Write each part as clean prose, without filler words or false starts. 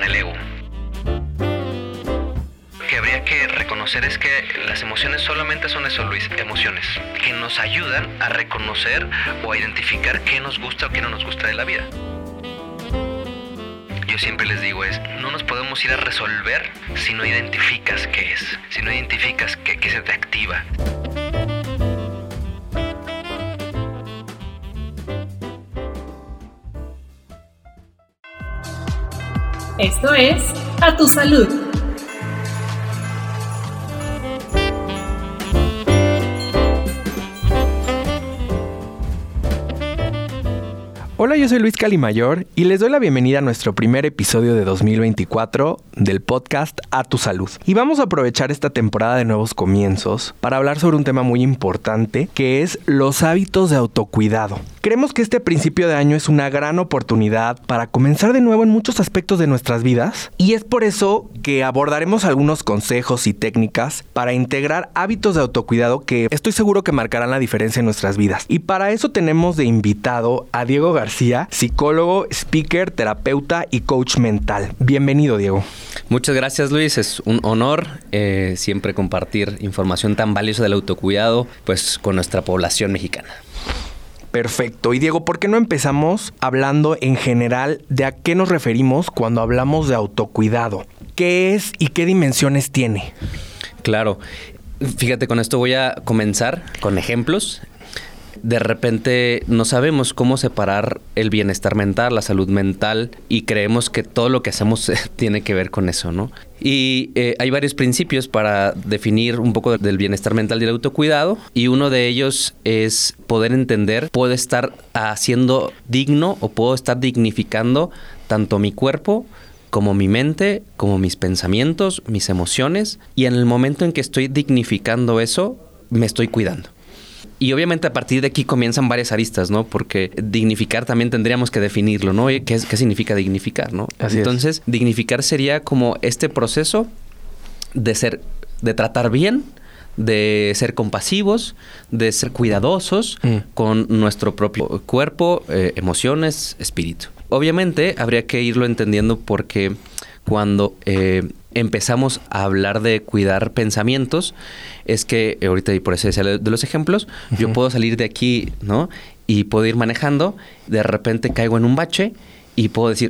el ego. Lo que habría que reconocer es que las emociones solamente son eso, Luis, emociones, que nos ayudan a reconocer o a identificar qué nos gusta o qué no nos gusta de la vida. Yo siempre les digo no nos podemos ir a resolver si no identificas qué es, si no identificas qué se te activa. Esto es A Tu Salud. Hola, yo soy Luis Calimayor y les doy la bienvenida a nuestro primer episodio de 2024 del podcast A Tu Salud. Y vamos a aprovechar esta temporada de nuevos comienzos para hablar sobre un tema muy importante que es los hábitos de autocuidado. Creemos que este principio de año es una gran oportunidad para comenzar de nuevo en muchos aspectos de nuestras vidas y es por eso que abordaremos algunos consejos y técnicas para integrar hábitos de autocuidado que estoy seguro que marcarán la diferencia en nuestras vidas. Y para eso tenemos de invitado a Diego García, psicólogo, speaker, terapeuta y coach mental. Bienvenido, Diego. Muchas gracias, Luis. Es un honor siempre compartir información tan valiosa del autocuidado pues con nuestra población mexicana. Perfecto. Y Diego, ¿por qué no empezamos hablando en general de a qué nos referimos cuando hablamos de autocuidado? ¿Qué es y qué dimensiones tiene? Claro. Fíjate, con esto voy a comenzar con ejemplos. De repente no sabemos cómo separar el bienestar mental, la salud mental, y creemos que todo lo que hacemos tiene que ver con eso, ¿no? Y hay varios principios para definir un poco del bienestar mental y el autocuidado, y uno de ellos es poder entender, puedo estar haciendo digno o puedo estar dignificando tanto mi cuerpo como mi mente, como mis pensamientos, mis emociones, y en el momento en que estoy dignificando eso, me estoy cuidando. Y obviamente a partir de aquí comienzan varias aristas, ¿no? Porque dignificar también tendríamos que definirlo, ¿no? ¿Qué significa dignificar, no? Entonces, dignificar sería como este proceso de tratar bien, de ser compasivos, de ser cuidadosos con nuestro propio cuerpo, emociones, espíritu. Obviamente habría que irlo entendiendo porque cuando empezamos a hablar de cuidar pensamientos, es que ahorita, y por eso decía de los ejemplos, yo puedo salir de aquí, ¿no? Y puedo ir manejando, de repente caigo en un bache y puedo decir,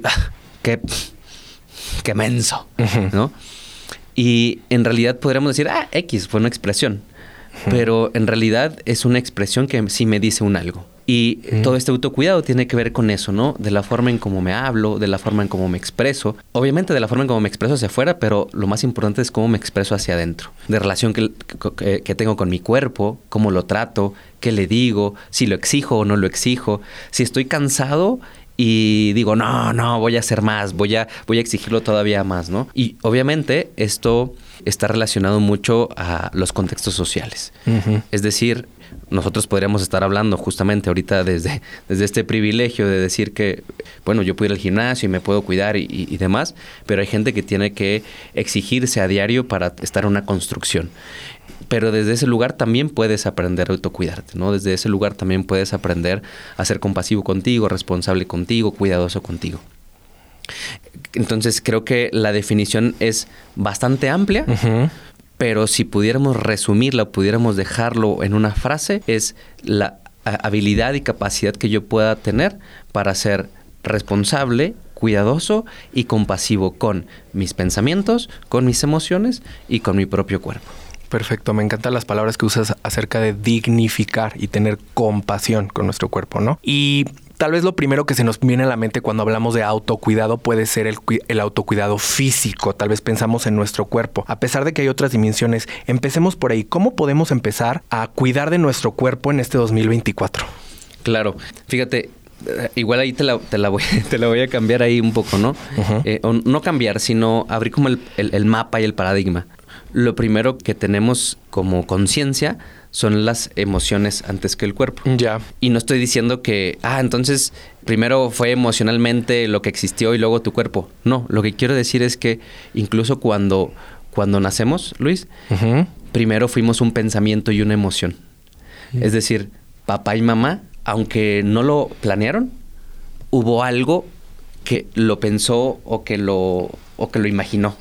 qué menso, ¿no? Y en realidad podríamos decir, X, fue una expresión. Pero en realidad es una expresión que sí me dice un algo. Y todo este autocuidado tiene que ver con eso, ¿no? De la forma en cómo me hablo, de la forma en cómo me expreso. Obviamente de la forma en cómo me expreso hacia afuera, pero lo más importante es cómo me expreso hacia adentro. De relación que tengo con mi cuerpo, cómo lo trato, qué le digo, si lo exijo o no lo exijo. Si estoy cansado y digo, no, voy a hacer más, voy a exigirlo todavía más, ¿no? Y obviamente esto está relacionado mucho a los contextos sociales. Es decir, nosotros podríamos estar hablando justamente ahorita desde este privilegio de decir que, bueno, yo puedo ir al gimnasio y me puedo cuidar y demás, pero hay gente que tiene que exigirse a diario para estar en una construcción. Pero desde ese lugar también puedes aprender a autocuidarte, ¿no? Desde ese lugar también puedes aprender a ser compasivo contigo, responsable contigo, cuidadoso contigo. Entonces creo que la definición es bastante amplia, pero si pudiéramos resumirla, pudiéramos dejarlo en una frase, es la habilidad y capacidad que yo pueda tener para ser responsable, cuidadoso y compasivo con mis pensamientos, con mis emociones y con mi propio cuerpo. Perfecto, me encantan las palabras que usas acerca de dignificar y tener compasión con nuestro cuerpo, ¿no? Y tal vez lo primero que se nos viene a la mente cuando hablamos de autocuidado puede ser el autocuidado físico. Tal vez pensamos en nuestro cuerpo. A pesar de que hay otras dimensiones, empecemos por ahí. ¿Cómo podemos empezar a cuidar de nuestro cuerpo en este 2024? Claro, fíjate, igual ahí te la voy a cambiar ahí un poco, ¿no? O no cambiar, sino abrir como el mapa y el paradigma. Lo primero que tenemos como conciencia son las emociones antes que el cuerpo. Ya. Y no estoy diciendo que, entonces primero fue emocionalmente lo que existió y luego tu cuerpo. No, lo que quiero decir es que incluso cuando nacemos, Luis, primero fuimos un pensamiento y una emoción. Es decir, papá y mamá, aunque no lo planearon, hubo algo que lo pensó o que lo o que lo imaginó.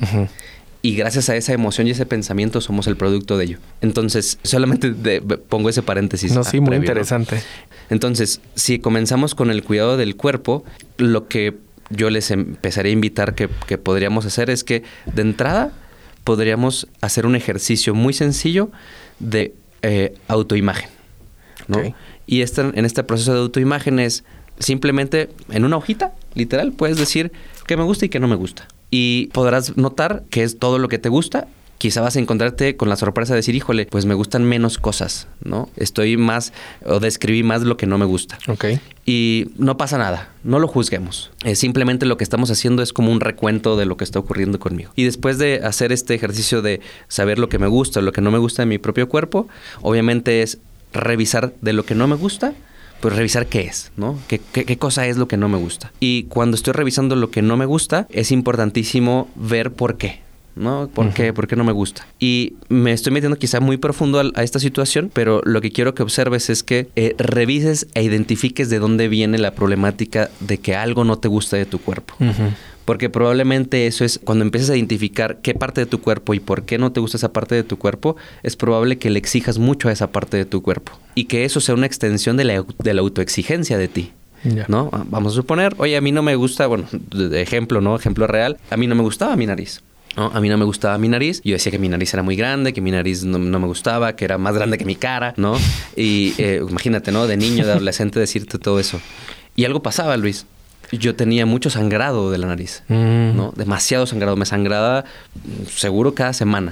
Y gracias a esa emoción y ese pensamiento somos el producto de ello. Entonces, solamente pongo ese paréntesis. No, sí, muy previo, interesante. ¿no? Entonces, si comenzamos con el cuidado del cuerpo, lo que yo les empezaré a invitar que podríamos hacer es que, de entrada, podríamos hacer un ejercicio muy sencillo de autoimagen, ¿no? Okay. Y en este proceso de autoimagen es simplemente en una hojita, literal, puedes decir qué me gusta y qué no me gusta. Y podrás notar que es todo lo que te gusta. Quizá vas a encontrarte con la sorpresa de decir, híjole, pues me gustan menos cosas, ¿no? Estoy más, o describí más lo que no me gusta. Ok. Y no pasa nada, no lo juzguemos. Simplemente lo que estamos haciendo es como un recuento de lo que está ocurriendo conmigo. Y después de hacer este ejercicio de saber lo que me gusta, lo que no me gusta de mi propio cuerpo, obviamente es revisar de lo que no me gusta, pues revisar qué es, ¿no? ¿Qué cosa es lo que no me gusta? Y cuando estoy revisando lo que no me gusta, es importantísimo ver por qué, ¿no? ¿Por qué no me gusta? Y me estoy metiendo quizá muy profundo a esta situación, pero lo que quiero que observes es que revises e identifiques de dónde viene la problemática de que algo no te gusta de tu cuerpo. Porque probablemente eso es, cuando empiezas a identificar qué parte de tu cuerpo y por qué no te gusta esa parte de tu cuerpo, es probable que le exijas mucho a esa parte de tu cuerpo. Y que eso sea una extensión de la autoexigencia de ti. Yeah. ¿No? Vamos a suponer, oye, a mí no me gusta, bueno, de ejemplo, ¿no? Ejemplo real, a mí no me gustaba mi nariz. ¿No? A mí no me gustaba mi nariz. Yo decía que mi nariz era muy grande, que mi nariz no me gustaba, que era más grande que mi cara, ¿no? Y imagínate, ¿no? De niño, de adolescente, decirte todo eso. Y algo pasaba, Luis. Yo tenía mucho sangrado de la nariz, ¿no? Demasiado sangrado. Me sangraba seguro cada semana.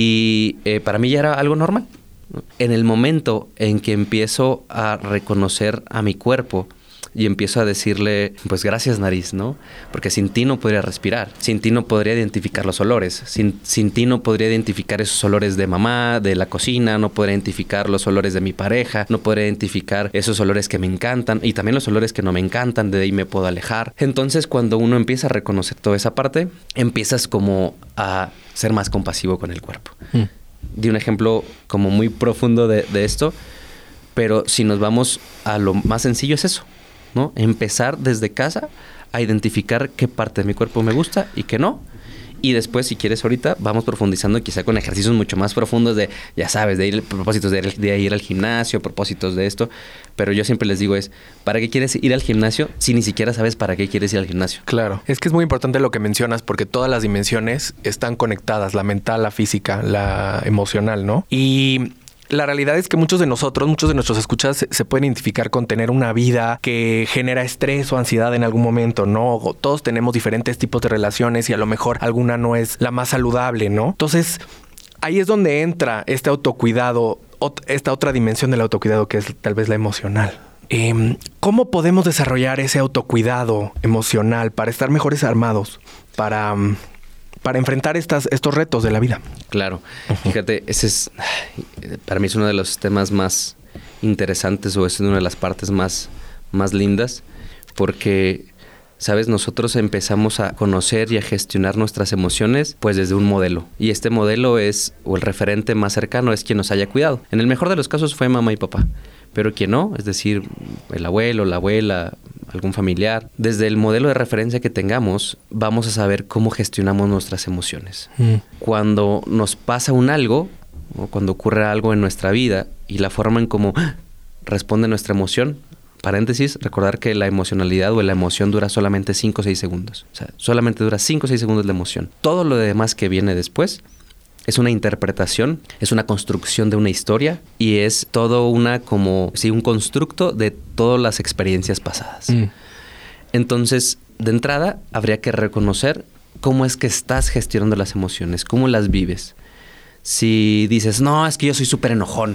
Y para mí ya era algo normal, ¿no? En el momento en que empiezo a reconocer a mi cuerpo y empiezo a decirle, pues gracias nariz, ¿no? Porque sin ti no podría respirar, sin ti no podría identificar los olores, sin ti no podría identificar esos olores de mamá, de la cocina, no podría identificar los olores de mi pareja, no podría identificar esos olores que me encantan y también los olores que no me encantan, de ahí me puedo alejar. Entonces, cuando uno empieza a reconocer toda esa parte, empiezas como a ser más compasivo con el cuerpo. Di un ejemplo como muy profundo de esto, pero si nos vamos a lo más sencillo es eso, ¿no? Empezar desde casa a identificar qué parte de mi cuerpo me gusta y qué no. Y después, si quieres ahorita, vamos profundizando quizá con ejercicios mucho más profundos de, ya sabes, de ir, propósitos de ir al gimnasio, propósitos de esto. Pero yo siempre les digo ¿para qué quieres ir al gimnasio si ni siquiera sabes para qué quieres ir al gimnasio? Claro. Es que es muy importante lo que mencionas porque todas las dimensiones están conectadas. La mental, la física, la emocional, ¿no? Y la realidad es que muchos de nuestros escuchas se pueden identificar con tener una vida que genera estrés o ansiedad en algún momento, ¿no? Todos tenemos diferentes tipos de relaciones y a lo mejor alguna no es la más saludable, ¿no? Entonces, ahí es donde entra este autocuidado, esta otra dimensión del autocuidado que es tal vez la emocional. ¿Cómo podemos desarrollar ese autocuidado emocional para estar mejores armados, para enfrentar estos retos de la vida? Claro. Fíjate, para mí es uno de los temas más interesantes o es una de las partes más lindas porque, ¿sabes? Nosotros empezamos a conocer y a gestionar nuestras emociones pues desde un modelo. Y este modelo o el referente más cercano es quien nos haya cuidado. En el mejor de los casos fue mamá y papá. Pero quien no, es decir, el abuelo, la abuela, algún familiar. Desde el modelo de referencia que tengamos, vamos a saber cómo gestionamos nuestras emociones. Cuando nos pasa algo, o cuando ocurre algo en nuestra vida, y la forma en cómo responde nuestra emoción, paréntesis, recordar que la emocionalidad o la emoción dura solamente 5 o 6 segundos. O sea, solamente dura 5 o 6 segundos la emoción. Todo lo demás que viene después es una interpretación, es una construcción de una historia y es todo un constructo de todas las experiencias pasadas. Entonces, de entrada, habría que reconocer cómo es que estás gestionando las emociones, cómo las vives. Si dices, no, es que yo soy súper enojón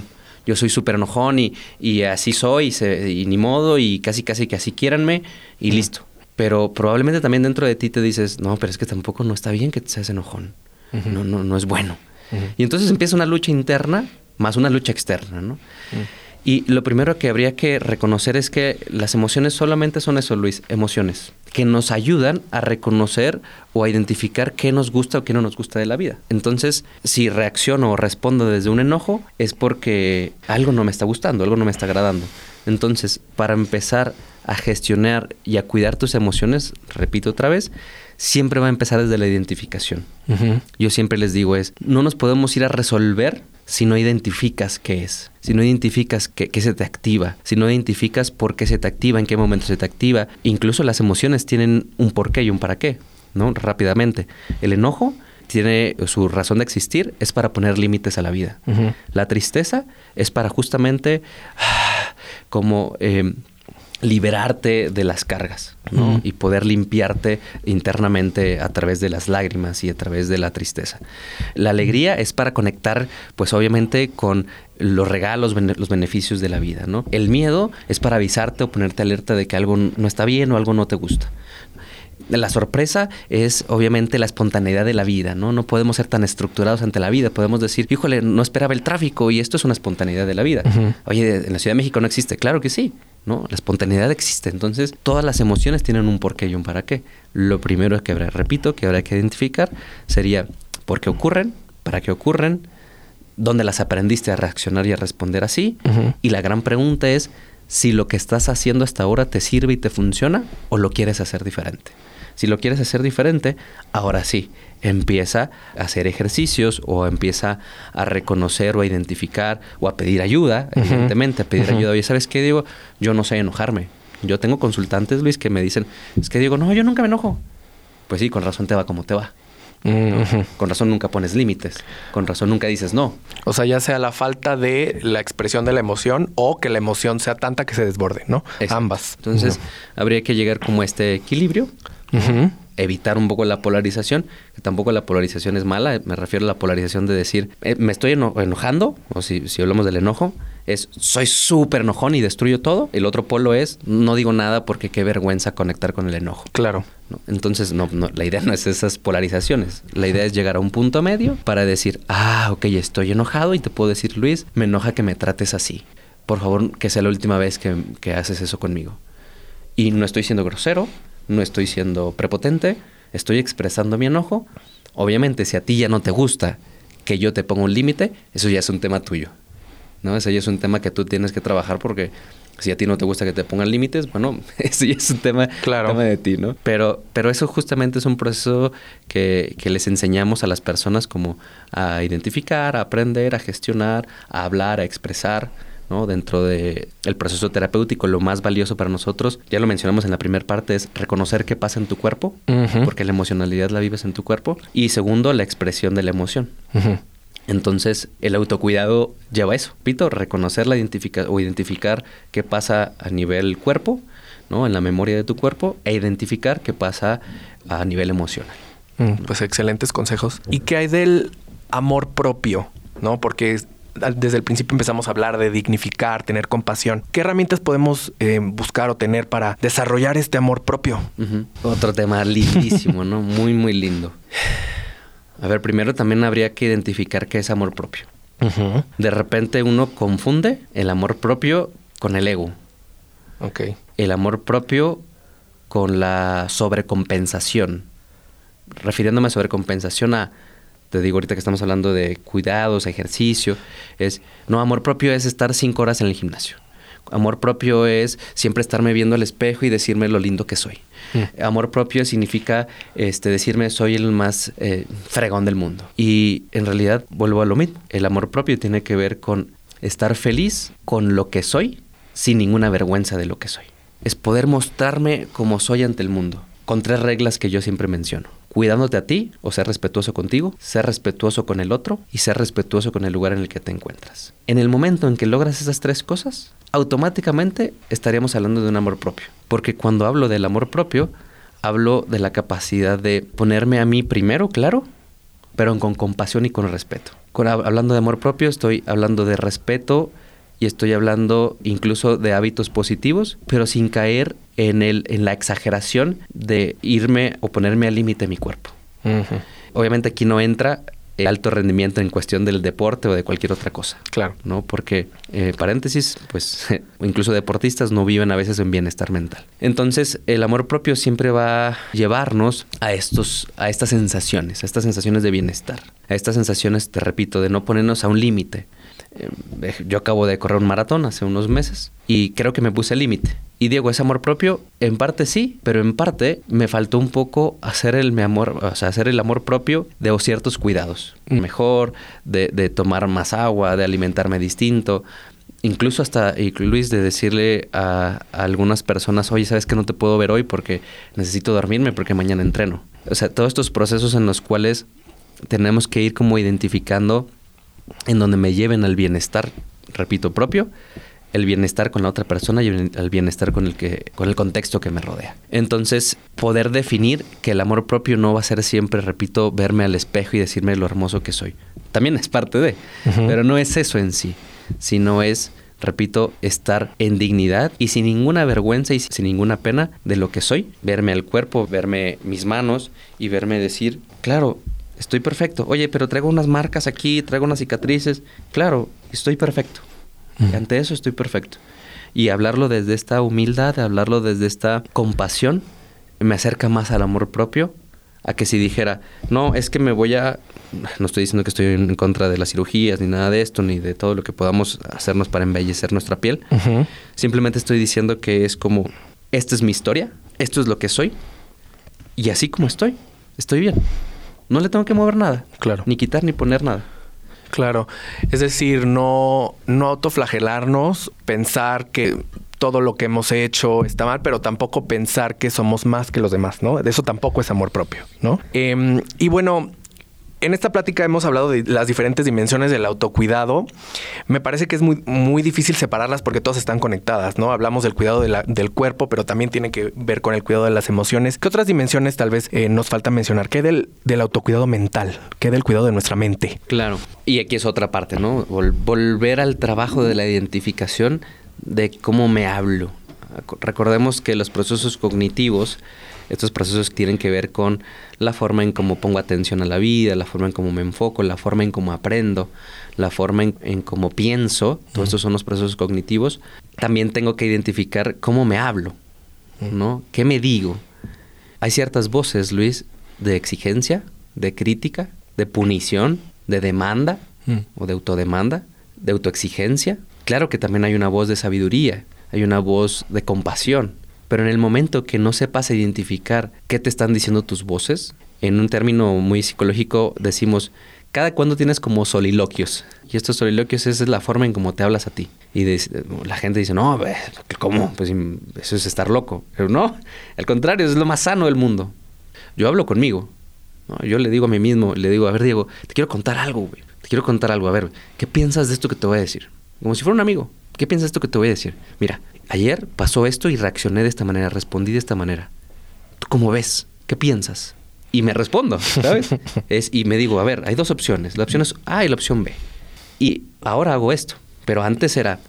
y así soy y ni modo y casi que así quiéranme y listo. Pero probablemente también dentro de ti te dices, no, pero es que tampoco no está bien que te seas enojón. No es bueno. Y entonces empieza una lucha interna más una lucha externa, ¿no? Y lo primero que habría que reconocer es que las emociones solamente son eso, Luis, emociones, que nos ayudan a reconocer o a identificar qué nos gusta o qué no nos gusta de la vida. Entonces, si reacciono o respondo desde un enojo, es porque algo no me está gustando, algo no me está agradando. Entonces, para empezar a gestionar y a cuidar tus emociones, repito otra vez, siempre va a empezar desde la identificación. Yo siempre les digo no nos podemos ir a resolver si no identificas qué es, si no identificas qué se te activa, si no identificas por qué se te activa, en qué momento se te activa. Incluso las emociones tienen un porqué y un para qué, ¿no? Rápidamente. El enojo tiene su razón de existir, es para poner límites a la vida. La tristeza es para justamente liberarte de las cargas, ¿no? Y poder limpiarte internamente a través de las lágrimas y a través de la tristeza. La alegría es para conectar, pues obviamente, con los regalos, los beneficios de la vida, ¿no? El miedo es para avisarte o ponerte alerta de que algo no está bien o algo no te gusta. La sorpresa es obviamente la espontaneidad de la vida, ¿no? No podemos ser tan estructurados ante la vida. Podemos decir, híjole, no esperaba el tráfico y esto es una espontaneidad de la vida. Oye, en la Ciudad de México no existe. Claro que sí, ¿no? La espontaneidad existe. Entonces, todas las emociones tienen un porqué y un para qué. Lo primero que habrá que identificar sería por qué ocurren, para qué ocurren, dónde las aprendiste a reaccionar y a responder así. Y la gran pregunta es si lo que estás haciendo hasta ahora te sirve y te funciona o lo quieres hacer diferente. Si lo quieres hacer diferente, ahora sí, empieza a hacer ejercicios o empieza a reconocer o a identificar o a pedir ayuda, evidentemente, a pedir ayuda. Oye, ¿sabes qué, Diego? Yo no sé enojarme. Yo tengo consultantes, Luis, que me dicen, es que Diego, no, yo nunca me enojo. Pues sí, con razón te va como te va. ¿No? Con razón nunca pones límites. Con razón nunca dices no. O sea, ya sea la falta de la expresión de la emoción o que la emoción sea tanta que se desborde, ¿no? Exacto. Ambas. Entonces, habría que llegar como a este equilibrio. Evitar un poco la polarización, que tampoco la polarización es mala. Me refiero a la polarización de decir, me estoy enojando, o si hablamos del enojo, soy súper enojón y destruyo todo. El otro polo es, no digo nada porque qué vergüenza conectar con el enojo. Claro. ¿No? Entonces, no, la idea no es esas polarizaciones. La idea es llegar a un punto medio para decir, ok, estoy enojado y te puedo decir, Luis, me enoja que me trates así. Por favor, que sea la última vez que haces eso conmigo. Y no estoy siendo grosero, no estoy siendo prepotente, estoy expresando mi enojo. Obviamente, si a ti ya no te gusta que yo te ponga un límite, eso ya es un tema tuyo, ¿no? Eso ya es un tema que tú tienes que trabajar porque si a ti no te gusta que te pongan límites, bueno, eso ya es un tema, tema de ti, ¿no? Pero eso justamente es un proceso que les enseñamos a las personas como a identificar, a aprender, a gestionar, a hablar, a expresar, ¿no? Dentro del proceso terapéutico, lo más valioso para nosotros, ya lo mencionamos en la primera parte, es reconocer qué pasa en tu cuerpo, porque la emocionalidad la vives en tu cuerpo. Y segundo, la expresión de la emoción. Entonces, el autocuidado lleva eso, reconocer identificar qué pasa a nivel cuerpo, ¿no? En la memoria de tu cuerpo, e identificar qué pasa a nivel emocional. Pues excelentes consejos. ¿Y qué hay del amor propio, ¿no? Porque desde el principio empezamos a hablar de dignificar, tener compasión. ¿Qué herramientas podemos buscar o tener para desarrollar este amor propio? Otro tema lindísimo, ¿no? Muy, muy lindo. A ver, primero también habría que identificar qué es amor propio. De repente uno confunde el amor propio con el ego. El amor propio con la sobrecompensación. Refiriéndome a sobrecompensación te digo ahorita que estamos hablando de cuidados, ejercicio, amor propio es estar 5 horas en el gimnasio. Amor propio es siempre estarme viendo al espejo y decirme lo lindo que soy. Amor propio significa decirme soy el más fregón del mundo. Y en realidad vuelvo a lo mismo. El amor propio tiene que ver con estar feliz con lo que soy sin ninguna vergüenza de lo que soy. Es poder mostrarme como soy ante el mundo, con 3 reglas que yo siempre menciono. Cuidándote a ti, o ser respetuoso contigo, ser respetuoso con el otro y ser respetuoso con el lugar en el que te encuentras. En el momento en que logras esas 3 cosas, automáticamente estaríamos hablando de un amor propio. Porque cuando hablo del amor propio, hablo de la capacidad de ponerme a mí primero, claro, pero con compasión y con respeto. Hablando de amor propio, estoy hablando de respeto y estoy hablando incluso de hábitos positivos, pero sin caer en la exageración de irme o ponerme al límite de mi cuerpo. Obviamente aquí no entra el alto rendimiento en cuestión del deporte o de cualquier otra cosa. Claro. ¿No? Porque, paréntesis, pues incluso deportistas no viven a veces en bienestar mental. Entonces, el amor propio siempre va a llevarnos a estas sensaciones de bienestar. A estas sensaciones, te repito, de no ponernos a un límite. Yo acabo de correr un maratón hace unos meses y creo que me puse el límite. Y Diego, ese amor propio, en parte sí, pero en parte me faltó un poco hacer el amor propio de ciertos cuidados. Mejor, de tomar más agua, de alimentarme distinto. Incluso hasta, Luis, de decirle a algunas personas, oye, ¿sabes que no te puedo ver hoy porque necesito dormirme porque mañana entreno? O sea, todos estos procesos en los cuales tenemos que ir como identificando en donde me lleven al bienestar, repito, propio, el bienestar con la otra persona y el bienestar con el contexto que me rodea. Entonces, poder definir que el amor propio no va a ser siempre, repito, verme al espejo y decirme lo hermoso que soy. También es parte de, pero no es eso en sí, sino es, repito, estar en dignidad y sin ninguna vergüenza y sin ninguna pena de lo que soy. Verme al cuerpo, verme mis manos y verme decir, claro, estoy perfecto. Oye, pero traigo unas marcas aquí, traigo unas cicatrices. Claro, estoy perfecto. Y ante eso estoy perfecto. Y hablarlo desde esta humildad, hablarlo desde esta compasión, me acerca más al amor propio a que si dijera, no, es que no estoy diciendo que estoy en contra de las cirugías, ni nada de esto, ni de todo lo que podamos hacernos para embellecer nuestra piel. Simplemente estoy diciendo que es como, esta es mi historia, esto es lo que soy, y así como estoy bien. No le tengo que mover nada. Claro. Ni quitar ni poner nada. Claro. Es decir, no autoflagelarnos, pensar que todo lo que hemos hecho está mal, pero tampoco pensar que somos más que los demás, ¿no? De eso tampoco es amor propio, ¿no? Y bueno, en esta plática hemos hablado de las diferentes dimensiones del autocuidado. Me parece que es muy, muy difícil separarlas porque todas están conectadas, ¿no? Hablamos del cuidado del cuerpo, pero también tiene que ver con el cuidado de las emociones. ¿Qué otras dimensiones tal vez nos falta mencionar? ¿Qué del autocuidado mental? ¿Qué del cuidado de nuestra mente? Claro. Y aquí es otra parte, ¿no? Volver al trabajo de la identificación de cómo me hablo. Recordemos que los procesos cognitivos, estos procesos tienen que ver con la forma en cómo pongo atención a la vida, la forma en cómo me enfoco, la forma en cómo aprendo, la forma en cómo pienso. Todos estos son los procesos cognitivos. También tengo que identificar cómo me hablo, ¿no? ¿Qué me digo? Hay ciertas voces, Luis, de exigencia, de crítica, de punición, de demanda o de autodemanda, de autoexigencia. Claro que también hay una voz de sabiduría, hay una voz de compasión. Pero en el momento que no sepas identificar qué te están diciendo tus voces, en un término muy psicológico decimos, cada cuando tienes como soliloquios. Y estos soliloquios es la forma en cómo te hablas a ti. Y la gente dice, no, ¿cómo? Pues eso es estar loco. Pero no, al contrario, es lo más sano del mundo. Yo hablo conmigo, ¿no? Yo le digo a mí mismo, le digo, a ver, Diego, te quiero contar algo, güey. Te quiero contar algo. A ver, ¿qué piensas de esto que te voy a decir? Como si fuera un amigo. ¿Qué piensas de esto que te voy a decir? Mira, ayer pasó esto y reaccioné de esta manera, respondí de esta manera. ¿Tú cómo ves? ¿Qué piensas? Y me respondo, ¿sabes? Y me digo, a ver, hay dos opciones. La opción es A y la opción B. Y ahora hago esto. Pero antes era,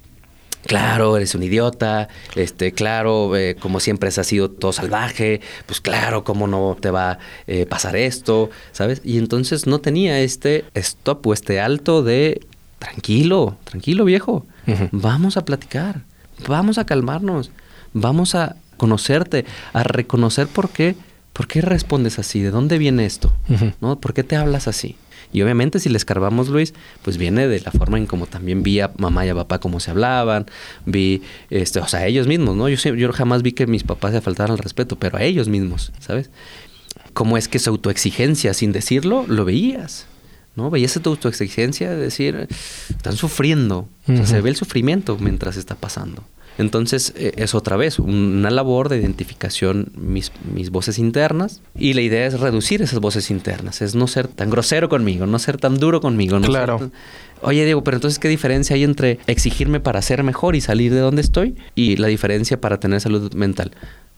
claro, eres un idiota. Claro, como siempre has sido todo salvaje. Pues claro, ¿cómo no te va a pasar esto? ¿Sabes? Y entonces no tenía este stop o este alto de... Tranquilo, viejo. Vamos a platicar, vamos a calmarnos, vamos a conocerte, a reconocer por qué respondes así, de dónde viene esto, ¿no? ¿Por qué te hablas así? Y obviamente si le escarbamos, Luis, pues viene de la forma en como también vi a mamá y a papá cómo se hablaban, vi, ellos mismos, ¿no? Yo jamás vi que mis papás se faltaran al respeto, pero a ellos mismos, ¿sabes? Cómo es que su autoexigencia, sin decirlo, lo veías. ¿No? Veías tu autoexigencia de decir, están sufriendo. O sea, se ve el sufrimiento mientras está pasando. Entonces, es otra vez una labor de identificación mis voces internas. Y la idea es reducir esas voces internas. Es no ser tan grosero conmigo, no ser tan duro conmigo. No claro. Oye, Diego, pero entonces, ¿qué diferencia hay entre exigirme para ser mejor y salir de donde estoy y la diferencia para tener salud mental?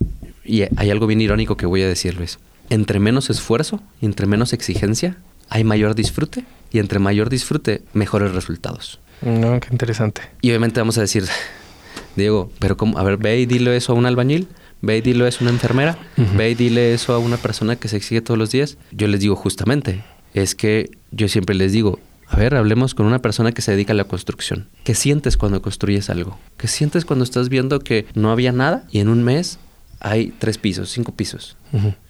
Y hay algo bien irónico que voy a decirles. Entre menos esfuerzo y entre menos exigencia, hay mayor disfrute, y entre mayor disfrute, mejores resultados. No, qué interesante. Y obviamente vamos a decir, Diego, pero ¿cómo? A ver, ve y dile eso a un albañil, ve y dile eso a una enfermera, ve y dile eso a una persona que se exige todos los días. Yo les digo justamente, es que yo siempre les digo, a ver, hablemos con una persona que se dedica a la construcción. ¿Qué sientes cuando construyes algo? ¿Qué sientes cuando estás viendo que no había nada y en un mes hay 3 pisos, 5 pisos?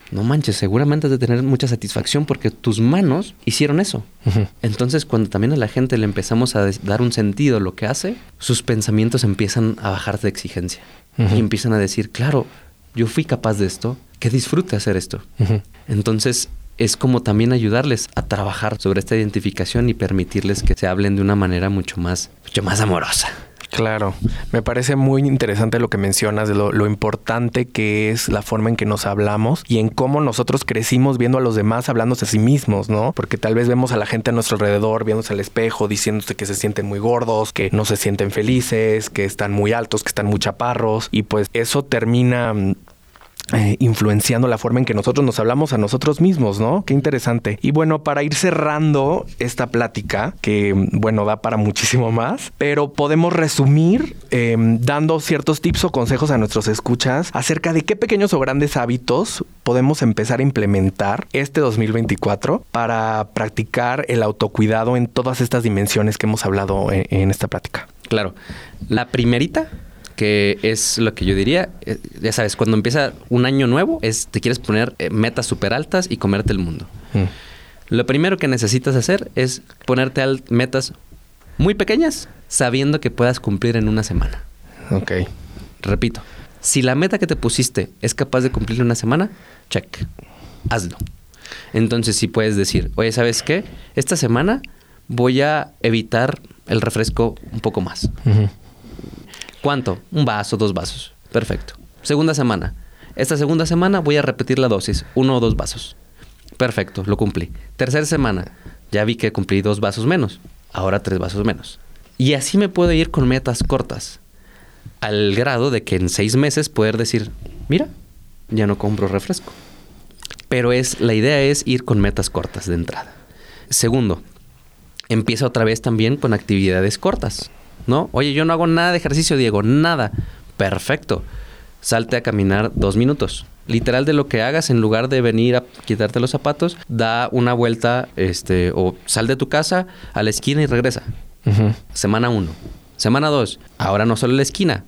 no manches, seguramente has de tener mucha satisfacción porque tus manos hicieron eso. Entonces, cuando también a la gente le empezamos a dar un sentido a lo que hace, sus pensamientos empiezan a bajar de exigencia. Y empiezan a decir, claro, yo fui capaz de esto, que disfrute hacer esto. Entonces, es como también ayudarles a trabajar sobre esta identificación y permitirles que se hablen de una manera mucho más amorosa. Claro, me parece muy interesante lo que mencionas de lo importante que es la forma en que nos hablamos y en cómo nosotros crecimos viendo a los demás hablándose a sí mismos, ¿no? Porque tal vez vemos a la gente a nuestro alrededor viéndose al espejo, diciéndose que se sienten muy gordos, que no se sienten felices, que están muy altos, que están muy chaparros, y pues eso termina influenciando la forma en que nosotros nos hablamos a nosotros mismos, ¿no? Qué interesante. Y bueno, para ir cerrando esta plática, que bueno, da para muchísimo más, pero podemos resumir dando ciertos tips o consejos a nuestros escuchas acerca de qué pequeños o grandes hábitos podemos empezar a implementar este 2024 para practicar el autocuidado en todas estas dimensiones que hemos hablado en esta plática. Claro. La primerita, que es lo que yo diría, ya sabes, cuando empieza un año nuevo, te quieres poner metas súper altas y comerte el mundo. Lo primero que necesitas hacer es ponerte metas muy pequeñas, sabiendo que puedas cumplir en una semana. Ok. Repito, si la meta que te pusiste es capaz de cumplir en una semana, check, hazlo. Entonces, si puedes decir, oye, ¿sabes qué? Esta semana voy a evitar el refresco un poco más. ¿Cuánto? 1 vaso, 2 vasos. Perfecto. Segunda semana. Esta segunda semana voy a repetir la dosis. 1 o 2 vasos. Perfecto, lo cumplí. Tercera semana. Ya vi que cumplí 2 vasos menos. Ahora 3 vasos menos. Y así me puedo ir con metas cortas. Al grado de que en 6 meses poder decir, mira, ya no compro refresco. Pero la idea es ir con metas cortas de entrada. Segundo, empieza otra vez también con actividades cortas, ¿no? Oye, yo no hago nada de ejercicio, Diego, nada. Perfecto. Salte a caminar 2 minutos. Literal, de lo que hagas, en lugar de venir a quitarte los zapatos, da una vuelta, o sal de tu casa a la esquina y regresa. Semana 1. Semana 2. Ahora no solo la esquina,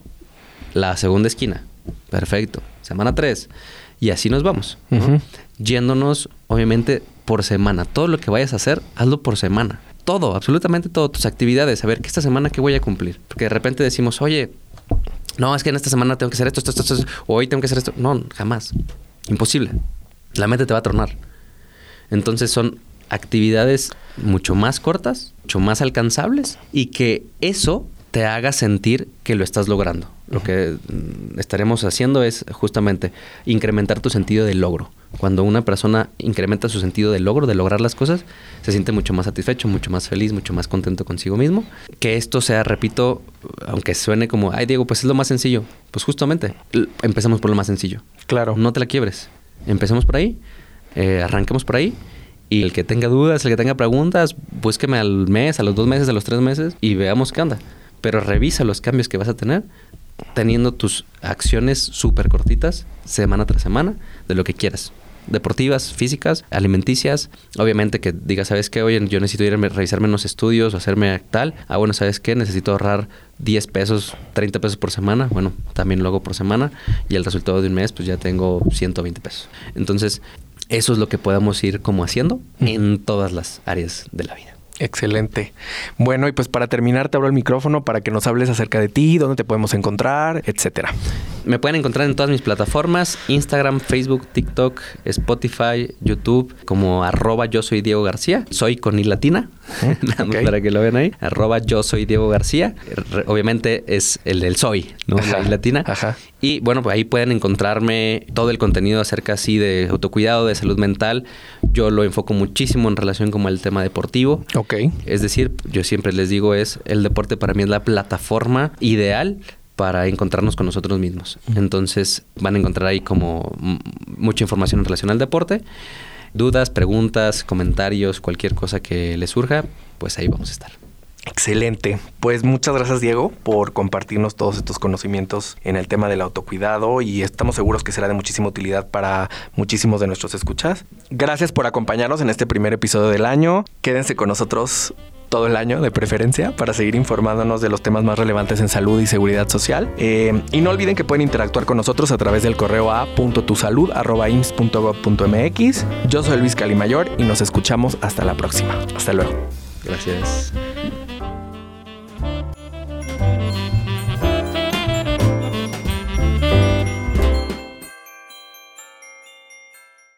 la segunda esquina. Perfecto. Semana 3. Y así nos vamos, ¿no? Yéndonos, obviamente, por semana. Todo lo que vayas a hacer, hazlo por semana. Todo, absolutamente todo, tus actividades. A ver, ¿qué esta semana qué voy a cumplir? Porque de repente decimos, oye, no, es que en esta semana tengo que hacer esto, o hoy tengo que hacer esto. No, jamás. Imposible. La mente te va a tronar. Entonces son actividades mucho más cortas, mucho más alcanzables y que eso te haga sentir que lo estás logrando. Lo que estaremos haciendo es justamente incrementar tu sentido de logro. Cuando una persona incrementa su sentido de logro, de lograr las cosas, se siente mucho más satisfecho, mucho más feliz, mucho más contento consigo mismo. Que esto sea, repito, aunque suene como, ay, Diego, pues es lo más sencillo. Pues justamente, empecemos por lo más sencillo. Claro. No te la quiebres. Empecemos por ahí, arranquemos por ahí. Y el que tenga dudas, el que tenga preguntas, búsqueme al mes, a los 2 meses, a los 3 meses y veamos qué onda. Pero revisa los cambios que vas a tener teniendo tus acciones súper cortitas, semana tras semana, de lo que quieras. Deportivas, físicas, alimenticias. Obviamente que digas, ¿sabes qué? Oye, yo necesito ir a revisarme unos estudios o hacerme tal. Ah, bueno, ¿sabes qué? Necesito ahorrar 10 pesos, 30 pesos por semana. Bueno, también lo hago por semana. Y el resultado de un mes, pues ya tengo 120 pesos. Entonces, eso es lo que podemos ir como haciendo en todas las áreas de la vida. Excelente. Bueno, y pues para terminar te abro el micrófono para que nos hables acerca de ti, dónde te podemos encontrar, etcétera. Me pueden encontrar en todas mis plataformas, Instagram, Facebook, TikTok, Spotify, YouTube, como @yo soy Diego García. Soy con I latina, okay. Para que lo vean ahí. @yo soy Diego García. Obviamente es el del soy, ¿no? La I latina. Ajá. Y bueno, pues ahí pueden encontrarme todo el contenido acerca así de autocuidado, de salud mental. Yo lo enfoco muchísimo en relación como al tema deportivo. Ok. Es decir, yo siempre les digo, el deporte para mí es la plataforma ideal para encontrarnos con nosotros mismos. Entonces van a encontrar ahí como mucha información en relación al deporte. Dudas, preguntas, comentarios, cualquier cosa que les surja, pues ahí vamos a estar. Excelente. Pues muchas gracias, Diego, por compartirnos todos estos conocimientos en el tema del autocuidado y estamos seguros que será de muchísima utilidad para muchísimos de nuestros escuchas. Gracias por acompañarnos en este primer episodio del año. Quédense con nosotros todo el año de preferencia para seguir informándonos de los temas más relevantes en salud y seguridad social. Y no olviden que pueden interactuar con nosotros a través del correo a .tusalud@ims.gov.mx. Yo soy Luis Calimayor y nos escuchamos hasta la próxima. Hasta luego. Gracias.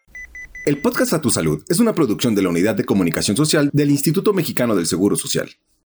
El podcast A Tu Salud es una producción de la Unidad de Comunicación Social del Instituto Mexicano del Seguro Social.